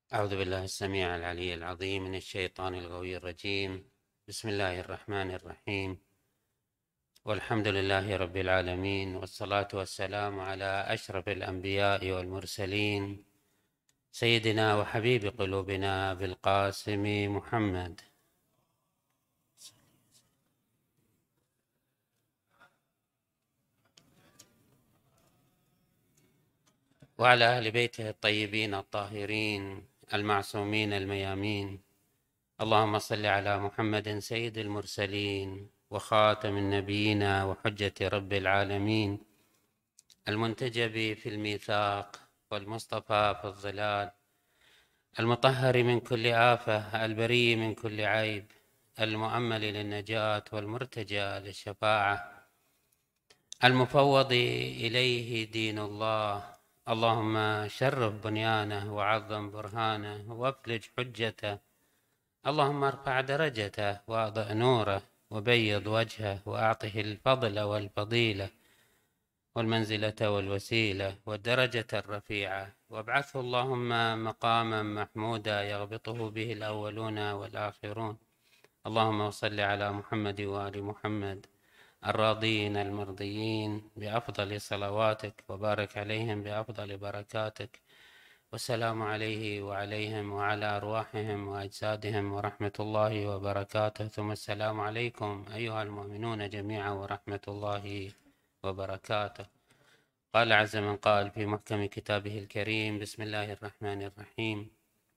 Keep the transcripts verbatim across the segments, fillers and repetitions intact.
أعوذ بالله السميع العلي العظيم من الشيطان الغوي الرجيم. بسم الله الرحمن الرحيم، والحمد لله رب العالمين، والصلاة والسلام على أشرف الأنبياء والمرسلين، سيدنا وحبيب قلوبنا بالقاسم محمد وعلى أهل بيته الطيبين الطاهرين المعصومين الميامين. اللهم صل على محمد سيد المرسلين وخاتم النبيين وحجة رب العالمين، المنتجب في الميثاق والمصطفى في الظلال، المطهر من كل آفة، البري من كل عيب، المؤمل للنجاة والمرتجى للشفاعة، المفوض إليه دين الله. اللهم شرف بنيانه وعظم برهانه وافلج حجته، اللهم ارفع درجته واضئ نوره وبيض وجهه وأعطه الفضل والفضيلة والمنزلة والوسيلة والدرجة الرفيعة، وابعثه اللهم مقاما محمودا يغبطه به الأولون والآخرون. اللهم صل على محمد وآل محمد الراضين المرضيين بأفضل صلواتك، وبارك عليهم بأفضل بركاتك، والسلام عليه وعليهم وعلى أرواحهم وأجسادهم ورحمة الله وبركاته. ثم السلام عليكم أيها المؤمنون جميعا ورحمة الله وبركاته. قال عز من قال في محكم كتابه الكريم: بسم الله الرحمن الرحيم.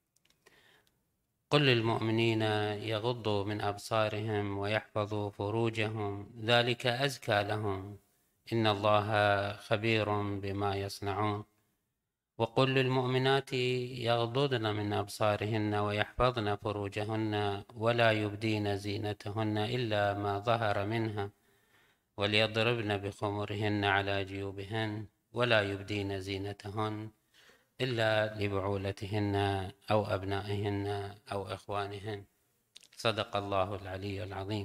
قل للمؤمنين يغضوا من أبصارهم ويحفظوا فروجهم ذلك أزكى لهم إن الله خبير بما يصنعون. وقل للمؤمنات يغضضن من أبصارهن ويحفظن فروجهن ولا يبدين زينتهن إلا ما ظهر منها وليضربن بخمرهن على جيوبهن ولا يبدين زينتهن إلا لبعولتهن أو أبنائهن أو إخوانهن. صدق الله العلي العظيم.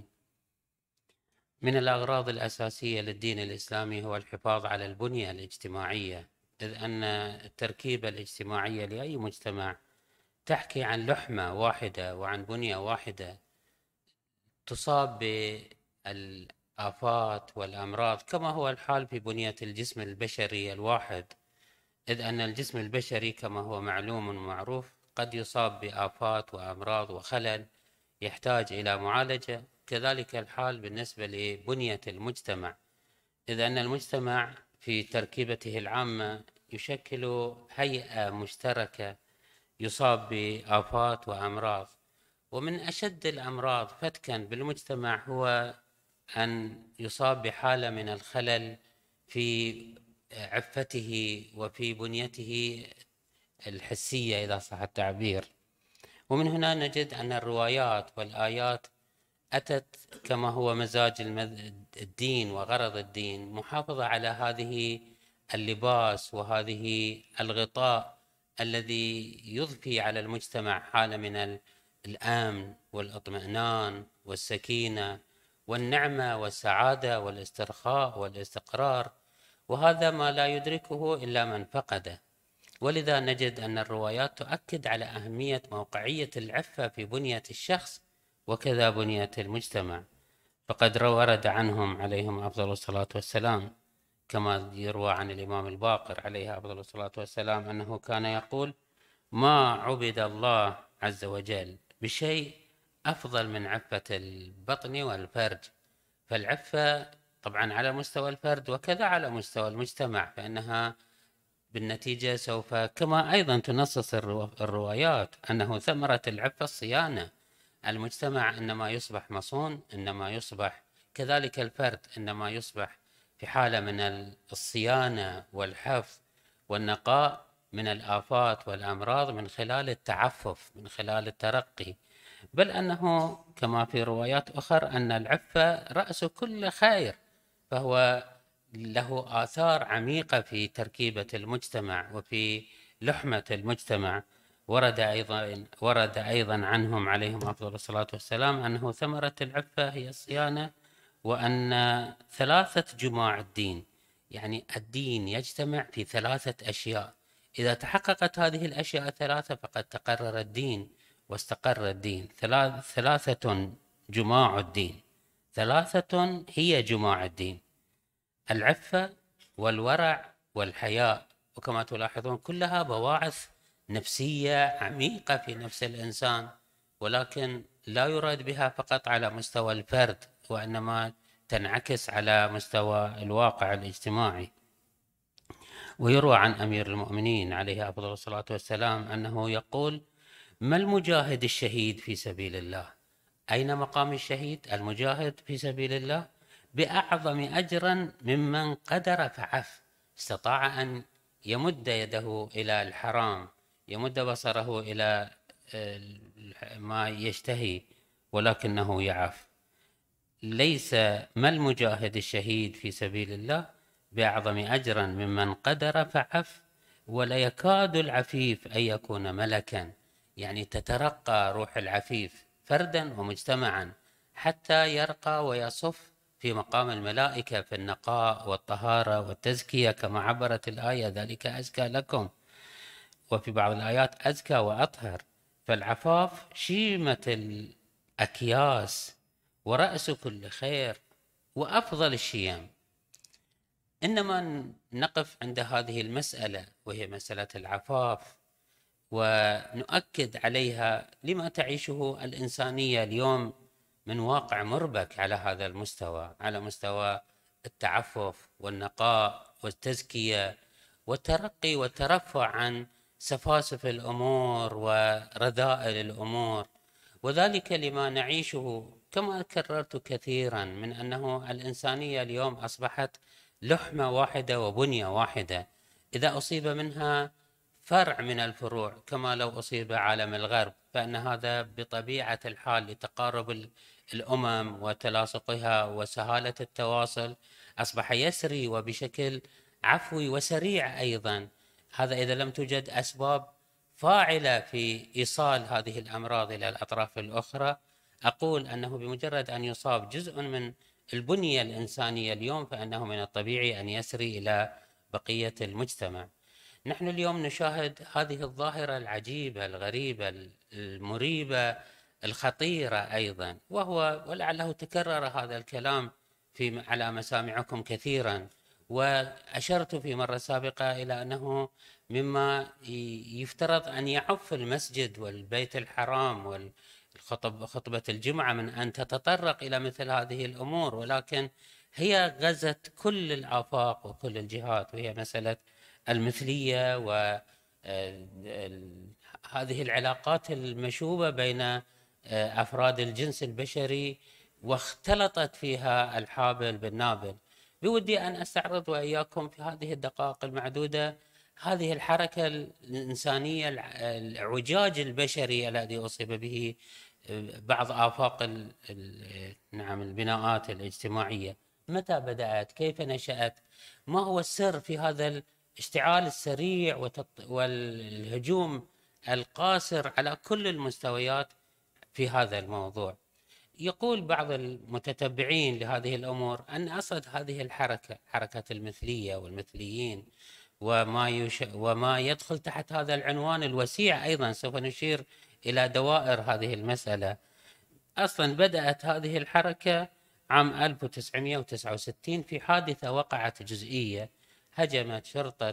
من الأغراض الأساسية للدين الإسلامي هو الحفاظ على البنية الاجتماعية، إذ أن التركيبة الاجتماعية لأي مجتمع تحكي عن لحمة واحدة وعن بنية واحدة تصاب بالآفات والأمراض، كما هو الحال في بنية الجسم البشري الواحد، إذ أن الجسم البشري كما هو معلوم ومعروف قد يصاب بآفات وأمراض وخلل يحتاج إلى معالجة. كذلك الحال بالنسبة لبنية المجتمع، إذ أن المجتمع في تركيبته العامة يشكل هيئة مشتركة يصاب بآفات وأمراض. ومن أشد الأمراض فتكا بالمجتمع هو أن يصاب بحالة من الخلل في عفته وفي بنيته الحسية إذا صح التعبير. ومن هنا نجد أن الروايات والآيات أتت كما هو مزاج الدين وغرض الدين، محافظة على هذه اللباس وهذه الغطاء الذي يضفي على المجتمع حالة من الأمن والاطمئنان والسكينة والنعمة والسعادة والاسترخاء والاستقرار، وهذا ما لا يدركه إلا من فقده. ولذا نجد أن الروايات تؤكد على أهمية موقعية العفة في بنية الشخص وكذا بنية المجتمع، فقد ورد عنهم عليهم أفضل الصلاة والسلام كما يروى عن الإمام الباقر عليه أفضل الصلاة والسلام أنه كان يقول: ما عبد الله عز وجل بشيء أفضل من عفة البطن والفرج. فالعفة طبعا على مستوى الفرد وكذا على مستوى المجتمع، فإنها بالنتيجة سوف كما أيضا تنصص الروايات أنه ثمرة العفة الصيانة. المجتمع إنما يصبح مصون، إنما يصبح كذلك الفرد إنما يصبح في حالة من الصيانة والحفظ والنقاء من الآفات والأمراض من خلال التعفف، من خلال الترقي. بل أنه كما في روايات أخرى أن العفة رأس كل خير، فهو له آثار عميقة في تركيبة المجتمع وفي لحمة المجتمع. ورد أيضا ورد أيضا عنهم عليهم أفضل الصلاة والسلام أنه ثمرة العفة هي الصيانة، وأن ثلاثة جماع الدين، يعني الدين يجتمع في ثلاثة أشياء: إذا تحققت هذه الأشياء الثلاثة فقد تقرر الدين واستقر الدين. ثلاثة جماع الدين، ثلاثة هي جماع الدين: العفة والورع والحياء. وكما تلاحظون كلها بواعث نفسية عميقة في نفس الإنسان، ولكن لا يراد بها فقط على مستوى الفرد، وإنما تنعكس على مستوى الواقع الاجتماعي. ويروى عن أمير المؤمنين عليه أفضل الصلاة والسلام أنه يقول: ما المجاهد الشهيد في سبيل الله؟ أين مقام الشهيد المجاهد في سبيل الله؟ بأعظم أجرا ممن قدر فعف، استطاع أن يمد يده إلى الحرام، يمد بصره إلى ما يشتهي، ولكنه يعف. ليس ما المجاهد الشهيد في سبيل الله بأعظم أجرا ممن قدر فعف، ولا يكاد العفيف أن يكون ملكا. يعني تترقى روح العفيف فردا ومجتمعا حتى يرقى ويصف في مقام الملائكة في النقاء والطهارة والتزكية، كما عبرت الآية: ذلك أزكى لكم، وفي بعض الآيات أزكى وأطهر. فالعفاف شيمة الأكياس ورأس كل خير وأفضل الشيم. إنما نقف عند هذه المسألة، وهي مسألة العفاف، ونؤكد عليها لما تعيشه الإنسانية اليوم من واقع مربك على هذا المستوى، على مستوى التعفف والنقاء والتزكية والترقي والترفع عن سفاسف الأمور ورذائل الأمور. وذلك لما نعيشه، كما كررت كثيرا، من أنه الإنسانية اليوم أصبحت لحمة واحدة وبنية واحدة. إذا أصيب منها فرع من الفروع، كما لو أصيب عالم الغرب، فإن هذا بطبيعة الحال لتقارب الأمم وتلاصقها وسهالة التواصل أصبح يسري وبشكل عفوي وسريع أيضا. هذا إذا لم توجد أسباب فاعلة في إيصال هذه الأمراض إلى الأطراف الأخرى. أقول أنه بمجرد أن يصاب جزء من البنية الإنسانية اليوم، فإنه من الطبيعي أن يسري إلى بقية المجتمع. نحن اليوم نشاهد هذه الظاهرة العجيبة الغريبة المريبة الخطيرة أيضا، وهو ولعله تكرر هذا الكلام في على مسامعكم كثيرا، وأشرت في مرة سابقة إلى أنه مما يفترض أن يعف المسجد والبيت الحرام والخطبة الجمعة من أن تتطرق إلى مثل هذه الأمور، ولكن هي غزت كل الآفاق وكل الجهات، وهي مسألة المثلية وهذه العلاقات المشوبة بين أفراد الجنس البشري، واختلطت فيها الحابل بالنابل. بودي أن أستعرض وإياكم في هذه الدقائق المعدودة هذه الحركة الإنسانية، العجاج البشري الذي أصيب به بعض آفاق نعم البناءات الاجتماعية. متى بدأت؟ كيف نشأت؟ ما هو السر في هذا الاشتعال السريع والهجوم القاصر على كل المستويات في هذا الموضوع؟ يقول بعض المتتبعين لهذه الأمور أن أصل هذه الحركة، حركة المثلية والمثليين، وما, يش... وما يدخل تحت هذا العنوان الوسيع أيضا، سوف نشير إلى دوائر هذه المسألة. أصلا بدأت هذه الحركة عام ألف وتسعمئة وتسعة وستين في حادثة وقعت جزئية. هجمت شرطة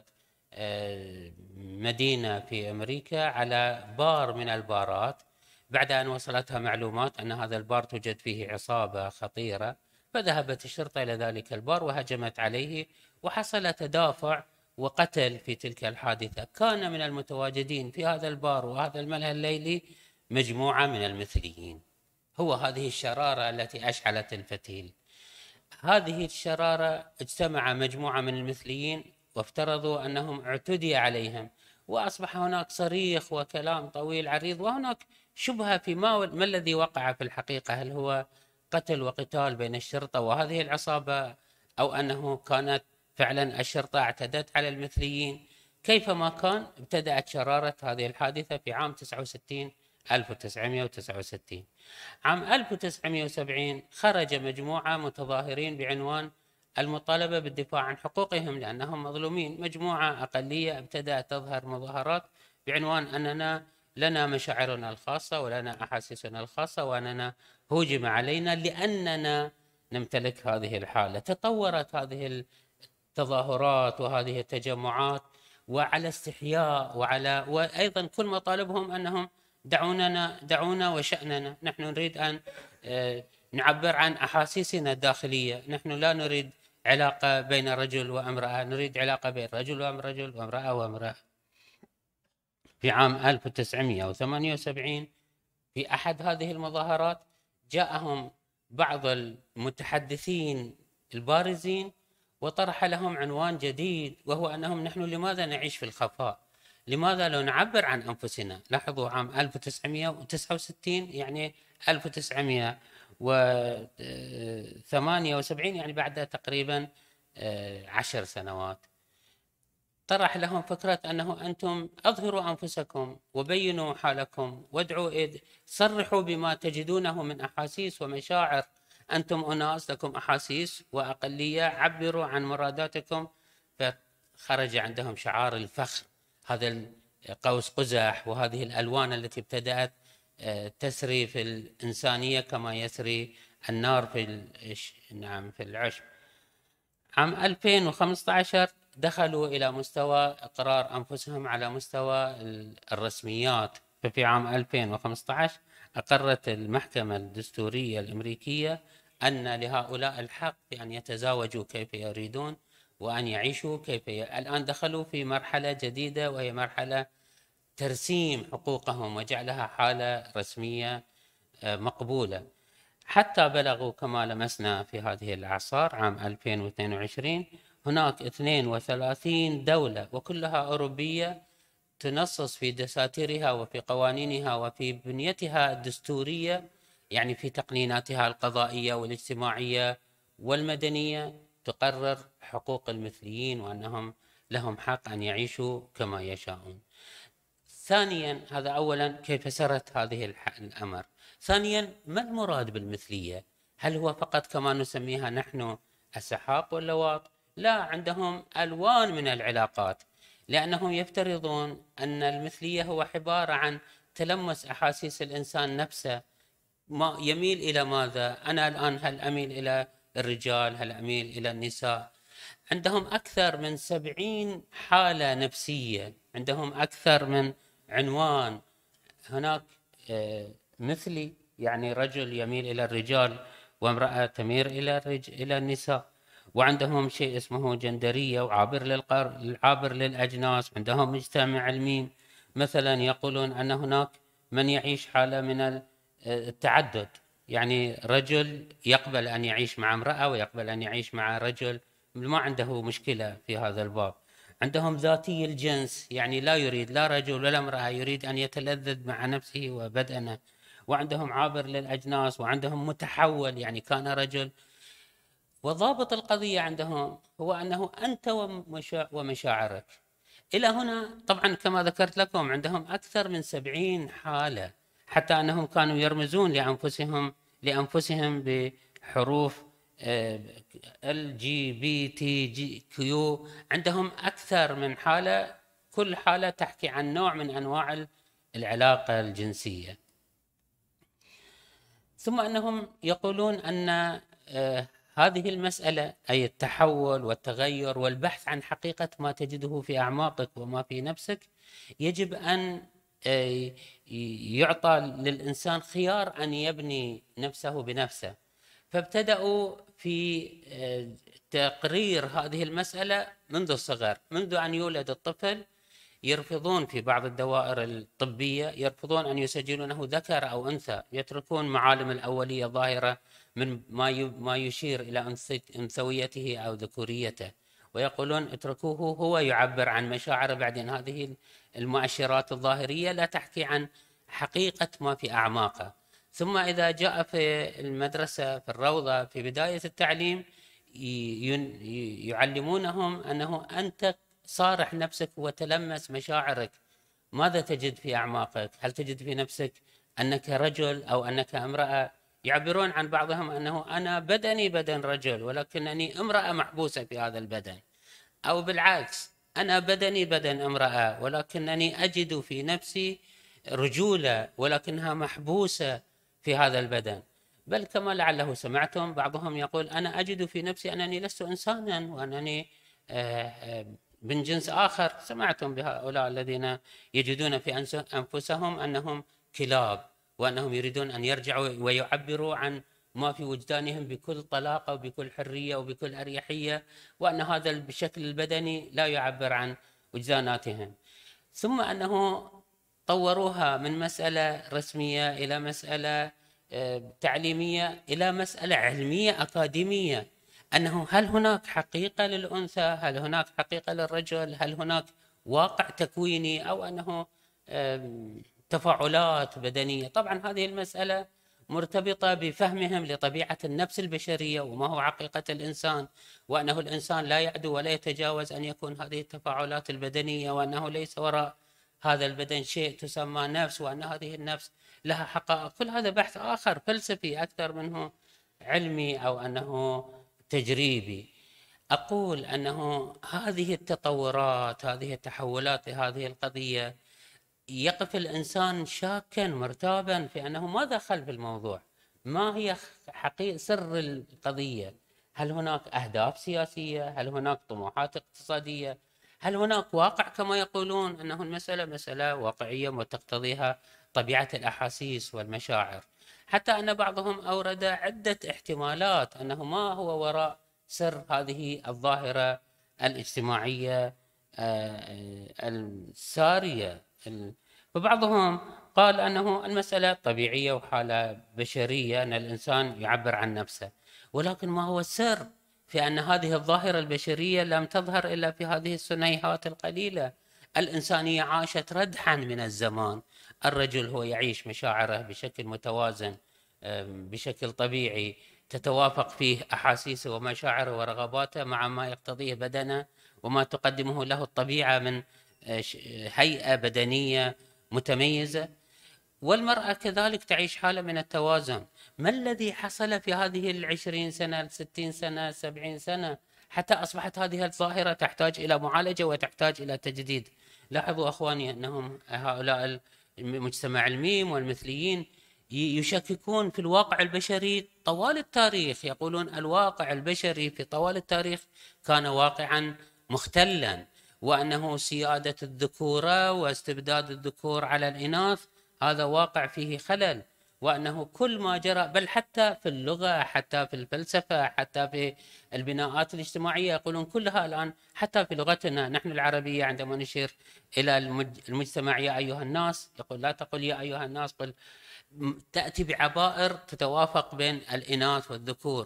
مدينة في أمريكا على بار من البارات بعد أن وصلتها معلومات أن هذا البار توجد فيه عصابة خطيرة، فذهبت الشرطة إلى ذلك البار وهجمت عليه، وحصل تدافع وقتل في تلك الحادثة. كان من المتواجدين في هذا البار وهذا الملهى الليلي مجموعة من المثليين. هو هذه الشرارة التي أشعلت الفتيل. هذه الشرارة اجتمع مجموعة من المثليين وافترضوا أنهم اعتدي عليهم، وأصبح هناك صريخ وكلام طويل عريض، وهناك شبهة في ما, ما الذي وقع في الحقيقة، هل هو قتل وقتال بين الشرطة وهذه العصابة، أو أنه كانت فعلا الشرطة اعتدت على المثليين. كيفما كان، ابتدأت شرارة هذه الحادثة في عام تسعة وستين ألف وتسعمئة وتسعة وستين. عام ألف وتسعمئة وسبعين خرج مجموعة متظاهرين بعنوان المطالبة بالدفاع عن حقوقهم لأنهم مظلومين. مجموعة أقلية ابتدأت تظهر مظاهرات بعنوان أننا لنا مشاعرنا الخاصة ولنا أحاسيسنا الخاصة وأننا هوجم علينا لأننا نمتلك هذه الحالة. تطورت هذه التظاهرات وهذه التجمعات وعلى استحياء وعلى وأيضا كل مطالبهم أنهم دعونا دعونا وشأننا، نحن نريد أن نعبر عن أحاسيسنا الداخلية، نحن لا نريد علاقة بين رجل وامرأة، نريد علاقة بين رجل ورجل وامرأة وامرأة. في عام ألف وتسعمئة وثمانية وسبعين في أحد هذه المظاهرات جاءهم بعض المتحدثين البارزين وطرح لهم عنوان جديد، وهو أنهم نحن لماذا نعيش في الخفاء؟ لماذا لا نعبر عن أنفسنا؟ لاحظوا عام ألف وتسعمئة وتسعة وستين يعني ألف وتسعمئة وثمانية وسبعين يعني بعد تقريبا عشر سنوات طرح لهم فكرة أنه أنتم أظهروا أنفسكم وبينوا حالكم وادعوا صرحوا بما تجدونه من أحاسيس ومشاعر، أنتم أناس لكم أحاسيس وأقلية، عبروا عن مراداتكم. فخرج عندهم شعار الفخر، هذا قوس قزح وهذه الألوان التي ابتدأت تسري في الإنسانية كما يسري النار في نعم في العشب. عام ألفين وخمسة عشر دخلوا إلى مستوى إقرار أنفسهم على مستوى الرسميات. ففي عام ألفين وخمسة عشر أقرت المحكمة الدستورية الأمريكية أن لهؤلاء الحق بأن يتزاوجوا كيف يريدون وأن يعيشوا كيف ي... الآن دخلوا في مرحلة جديدة وهي مرحلة ترسيم حقوقهم وجعلها حالة رسمية مقبولة، حتى بلغوا كما لمسنا في هذه الأعصار عام ألفين واثنين وعشرين هناك اثنين وثلاثين دولة وكلها أوروبية تنصص في دساتيرها وفي قوانينها وفي بنيتها الدستورية، يعني في تقنيناتها القضائية والاجتماعية والمدنية، تقرر حقوق المثليين وأنهم لهم حق أن يعيشوا كما يشاءون. ثانيا، هذا أولا كيف سرت هذه الأمر. ثانيا، ما المراد بالمثلية؟ هل هو فقط كما نسميها نحن السحاق واللواط؟ لا، عندهم ألوان من العلاقات، لأنهم يفترضون أن المثلية هو عبارة عن تلمس أحاسيس الإنسان نفسه، ما يميل إلى ماذا؟ أنا الآن هل أميل إلى الرجال؟ هل أميل إلى النساء؟ عندهم أكثر من سبعين حالة نفسية، عندهم أكثر من عنوان. هناك مثلي يعني رجل يميل إلى الرجال وامرأة تميل إلى الرج... إلى النساء، وعندهم شيء اسمه جندرية وعابر للقر... عابر للأجناس. عندهم مجتمع علمي مثلا يقولون أن هناك من يعيش حالة من التعدد، يعني رجل يقبل أن يعيش مع امرأة ويقبل أن يعيش مع رجل، ما عنده مشكلة في هذا الباب. عندهم ذاتي الجنس، يعني لا يريد لا رجل ولا امرأة، يريد أن يتلذذ مع نفسه وبدنه. وعندهم عابر للأجناس، وعندهم متحول يعني كان رجل. وضابط القضية عندهم هو أنه أنت ومشاعرك. إلى هنا طبعا كما ذكرت لكم عندهم أكثر من سبعين حالة، حتى أنهم كانوا يرمزون لأنفسهم لأنفسهم بحروف ال جي بي تي جي كيو. عندهم أكثر من حالة، كل حالة تحكي عن نوع من أنواع العلاقة الجنسية. ثم أنهم يقولون أن هذه المسألة أي التحول والتغير والبحث عن حقيقة ما تجده في أعماقك وما في نفسك يجب أن يعطى للإنسان خيار أن يبني نفسه بنفسه. فابتدأوا في تقرير هذه المسألة منذ الصغر، منذ أن يولد الطفل. يرفضون في بعض الدوائر الطبية يرفضون أن يسجلونه ذكر أو أنثى، يتركون معالم الأولية ظاهرة من ما ما يشير إلى أنثويته أو ذكوريته، ويقولون اتركوه هو يعبر عن مشاعره. بعدين هذه المؤشرات الظاهرية لا تحكي عن حقيقة ما في أعماقه. ثم إذا جاء في المدرسة في الروضة في بداية التعليم يعلمونهم أنه أنت صارح نفسك وتلمس مشاعرك، ماذا تجد في أعماقك؟ هل تجد في نفسك أنك رجل أو أنك امرأة؟ يعبرون عن بعضهم أنه أنا بدني بدن رجل ولكنني امرأة محبوسة في هذا البدن، أو بالعكس أنا بدني بدن امرأة ولكنني أجد في نفسي رجولة ولكنها محبوسة في هذا البدن. بل كما لعله سمعتم بعضهم يقول أنا أجد في نفسي أنني لست إنسانا وأنني من جنس آخر. سمعتم بهؤلاء الذين يجدون في أنفسهم أنهم كلاب وأنهم يريدون أن يرجعوا ويعبروا عن ما في وجدانهم بكل طلاقة وبكل حرية وبكل أريحية، وأن هذا الشكل البدني لا يعبر عن وجداناتهم. ثم أنه طوروها من مسألة رسمية إلى مسألة تعليمية إلى مسألة علمية أكاديمية، أنه هل هناك حقيقة للأنثى؟ هل هناك حقيقة للرجل؟ هل هناك واقع تكويني أو أنه تفاعلات بدنية؟ طبعا هذه المسألة مرتبطة بفهمهم لطبيعة النفس البشرية وما هو حقيقة الإنسان، وأنه الإنسان لا يعدو ولا يتجاوز أن يكون هذه التفاعلات البدنية، وأنه ليس وراء هذا البدن شيء تسمى نفس، وأن هذه النفس لها حقائق. كل هذا بحث آخر فلسفي أكثر منه علمي أو أنه تجريبي. أقول أنه هذه التطورات، هذه التحولات لهذه القضية، يقف الإنسان شاكا مرتابا في أنه ماذا خلف الموضوع؟ ما هي حقيقة سر القضية؟ هل هناك أهداف سياسية؟ هل هناك طموحات اقتصادية؟ هل هناك واقع كما يقولون أنه المسألة مسألة واقعية وتقتضيها طبيعة الأحاسيس والمشاعر؟ حتى أن بعضهم أورد عدة احتمالات أنه ما هو وراء سر هذه الظاهرة الاجتماعية السارية. فبعضهم قال أنه المسألة طبيعية وحالة بشرية أن الإنسان يعبر عن نفسه، ولكن ما هو السر في أن هذه الظاهرة البشرية لم تظهر إلا في هذه السنيهات القليلة؟ الإنسانية عاشت ردحا من الزمان، الرجل هو يعيش مشاعره بشكل متوازن بشكل طبيعي، تتوافق فيه أحاسيسه ومشاعره ورغباته مع ما يقتضيه بدنه وما تقدمه له الطبيعة من هيئة بدنية متميزة، والمرأة كذلك تعيش حالة من التوازن. ما الذي حصل في هذه العشرين سنة الستين سنة سبعين سنة حتى أصبحت هذه الظاهرة تحتاج إلى معالجة وتحتاج إلى تجديد؟ لاحظوا أخواني أنهم هؤلاء المجتمع الميم والمثليين يشككون في الواقع البشري طوال التاريخ، يقولون الواقع البشري في طوال التاريخ كان واقعا مختلا، وأنه سيادة الذكورة واستبداد الذكور على الإناث هذا واقع فيه خلل، وأنه كل ما جرى بل حتى في اللغة حتى في الفلسفة حتى في البناءات الاجتماعية يقولون كلها الآن حتى في لغتنا نحن العربية عندما نشير إلى المجتمع يا أيها الناس يقول لا تقل يا أيها الناس، قل تأتي بعبائر تتوافق بين الإناث والذكور.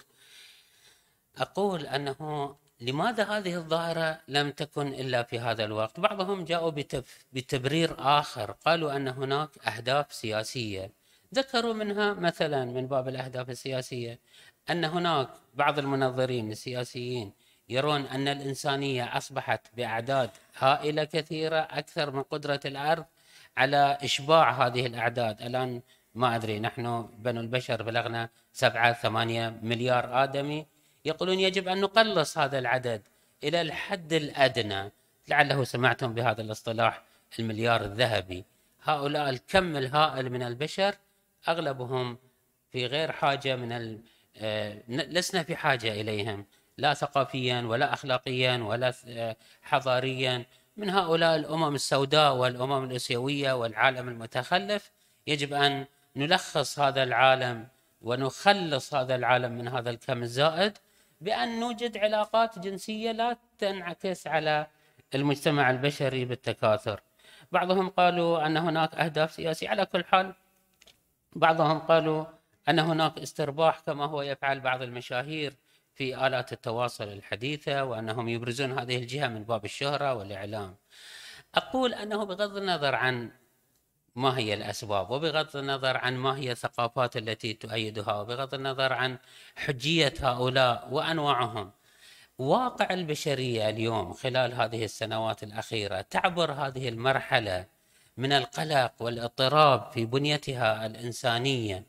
أقول أنه لماذا هذه الظاهرة لم تكن إلا في هذا الوقت؟ بعضهم جاءوا بتبرير آخر، قالوا أن هناك أهداف سياسية، ذكروا منها مثلا من باب الأهداف السياسية أن هناك بعض المنظرين السياسيين يرون أن الإنسانية أصبحت بأعداد هائلة كثيرة أكثر من قدرة الأرض على إشباع هذه الأعداد. الآن ما أدري نحن بنو البشر بلغنا سبعة ثمانية مليار آدمي، يقولون يجب أن نقلص هذا العدد إلى الحد الأدنى، لعله سمعتم بهذا الاصطلاح المليار الذهبي. هؤلاء الكم الهائل من البشر أغلبهم في غير حاجة من ال... لسنا في حاجة إليهم لا ثقافيا ولا أخلاقيا ولا حضاريا. من هؤلاء الأمم السوداء والأمم الآسيوية والعالم المتخلف يجب أن نلخص هذا العالم ونخلص هذا العالم من هذا الكم الزائد بأن نوجد علاقات جنسية لا تنعكس على المجتمع البشري بالتكاثر. بعضهم قالوا أن هناك أهداف سياسية، على كل حال بعضهم قالوا أن هناك استرباح كما هو يفعل بعض المشاهير في آلات التواصل الحديثة، وأنهم يبرزون هذه الجهة من باب الشهرة والإعلام. أقول أنه بغض النظر عن ما هي الأسباب وبغض النظر عن ما هي الثقافات التي تؤيدها وبغض النظر عن حجية هؤلاء وأنواعهم، واقع البشرية اليوم خلال هذه السنوات الأخيرة تعبر هذه المرحلة من القلق والاضطراب في بنيتها الإنسانية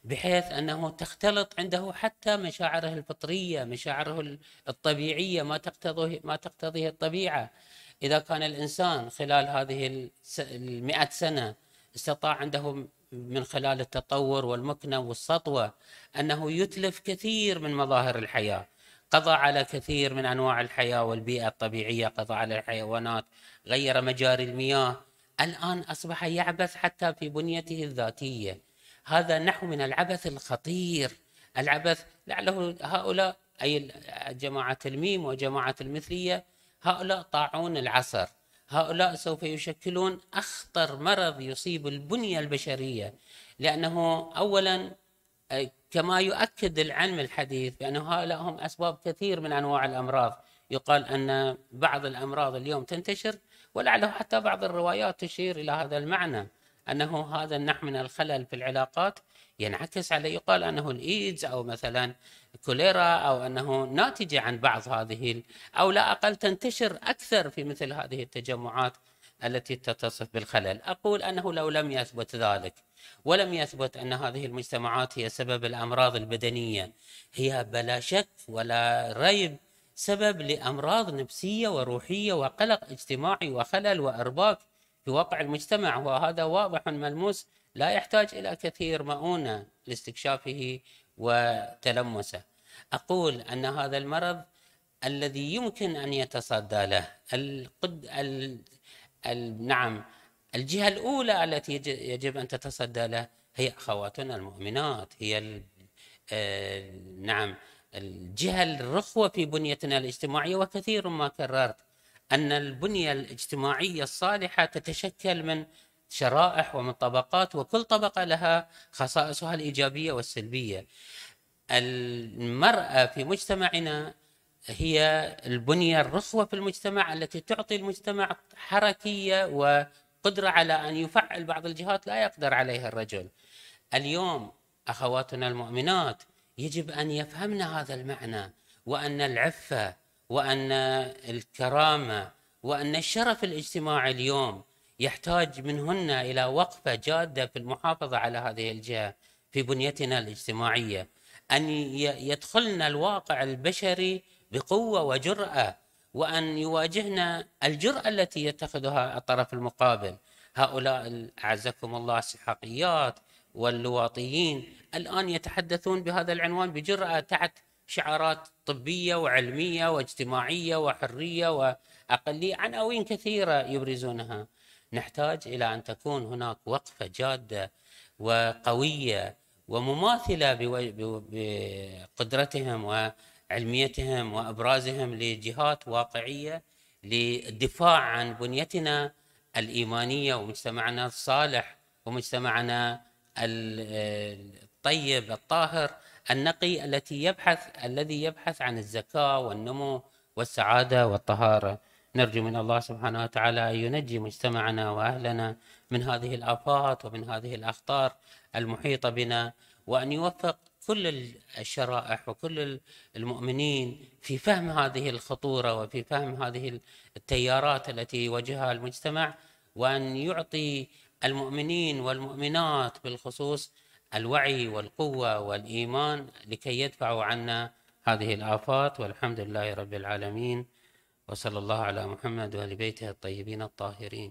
بحيث أنه تختلط عنده حتى مشاعره الفطرية، مشاعره الطبيعية، ما تقتضيه ما تقتضيه الطبيعة. إذا كان الإنسان خلال هذه المئة سنة استطاع عنده من خلال التطور والمكنة والسطوة أنه يتلف كثير من مظاهر الحياة، قضى على كثير من أنواع الحياة والبيئة الطبيعية، قضى على الحيوانات، غير مجاري المياه، الآن أصبح يعبث حتى في بنيته الذاتية. هذا نحو من العبث الخطير، العبث لعله هؤلاء أي جماعة الميم وجماعة المثلية هؤلاء طاعون العصر، هؤلاء سوف يشكلون أخطر مرض يصيب البنية البشرية، لأنه أولا كما يؤكد العلم الحديث بأن هؤلاء هم أسباب كثير من أنواع الأمراض. يقال أن بعض الأمراض اليوم تنتشر، ولعله حتى بعض الروايات تشير إلى هذا المعنى، أنه هذا النحو من الخلل في العلاقات ينعكس عليه. يقال أنه الإيدز أو مثلا كوليرا، أو أنه ناتجة عن بعض هذه، أو لا أقل تنتشر أكثر في مثل هذه التجمعات التي تتصف بالخلل. أقول أنه لو لم يثبت ذلك، ولم يثبت أن هذه المجتمعات هي سبب الأمراض البدنية، هي بلا شك ولا ريب سبب لأمراض نفسية وروحية وقلق اجتماعي وخلل وإرباك في واقع المجتمع، وهذا واضح ملموس لا يحتاج إلى كثير مؤونة لاستكشافه وتلمسه. أقول أن هذا المرض الذي يمكن أن يتصدى له القد... ال... ال... نعم الجهة الأولى التي يجب أن تتصدى له هي أخواتنا المؤمنات، هي ال... آه... نعم الجهة الرخوة في بنيتنا الاجتماعية. وكثير ما كررت أن البنية الاجتماعية الصالحة تتشكل من شرائح ومن طبقات، وكل طبقة لها خصائصها الإيجابية والسلبية. المرأة في مجتمعنا هي البنية الرخوة في المجتمع التي تعطي المجتمع حركية وقدرة على أن يفعل بعض الجهات لا يقدر عليها الرجل. اليوم أخواتنا المؤمنات يجب أن يفهمن هذا المعنى، وأن العفة وأن الكرامة وأن الشرف الاجتماعي اليوم يحتاج منهن إلى وقفة جادة في المحافظة على هذه الجهة في بنيتنا الاجتماعية، أن يدخلن الواقع البشري بقوة وجرأة، وأن يواجهن الجرأة التي يتخذها الطرف المقابل. هؤلاء أعزكم الله السحاقيات واللواطيين الآن يتحدثون بهذا العنوان بجرأة تحت شعارات طبية وعلمية واجتماعية وحرية وأقلية، عناوين كثيرة يبرزونها. نحتاج إلى أن تكون هناك وقفة جادة وقوية ومماثلة بقدرتهم وعلميتهم وأبرازهم لجهات واقعية للدفاع عن بنيتنا الإيمانية ومجتمعنا الصالح ومجتمعنا الطيب الطاهر النقي التي يبحث الذي يبحث عن الزكاة والنمو والسعادة والطهارة. نرجو من الله سبحانه وتعالى أن ينجي مجتمعنا وأهلنا من هذه الآفات ومن هذه الأخطار المحيطة بنا، وأن يوفق كل الشرائح وكل المؤمنين في فهم هذه الخطورة وفي فهم هذه التيارات التي يواجهها المجتمع، وأن يعطي المؤمنين والمؤمنات بالخصوص الوعي والقوة والإيمان لكي يدفعوا عنا هذه الآفات. والحمد لله رب العالمين، وصلى الله على محمد وآل بيته الطيبين الطاهرين.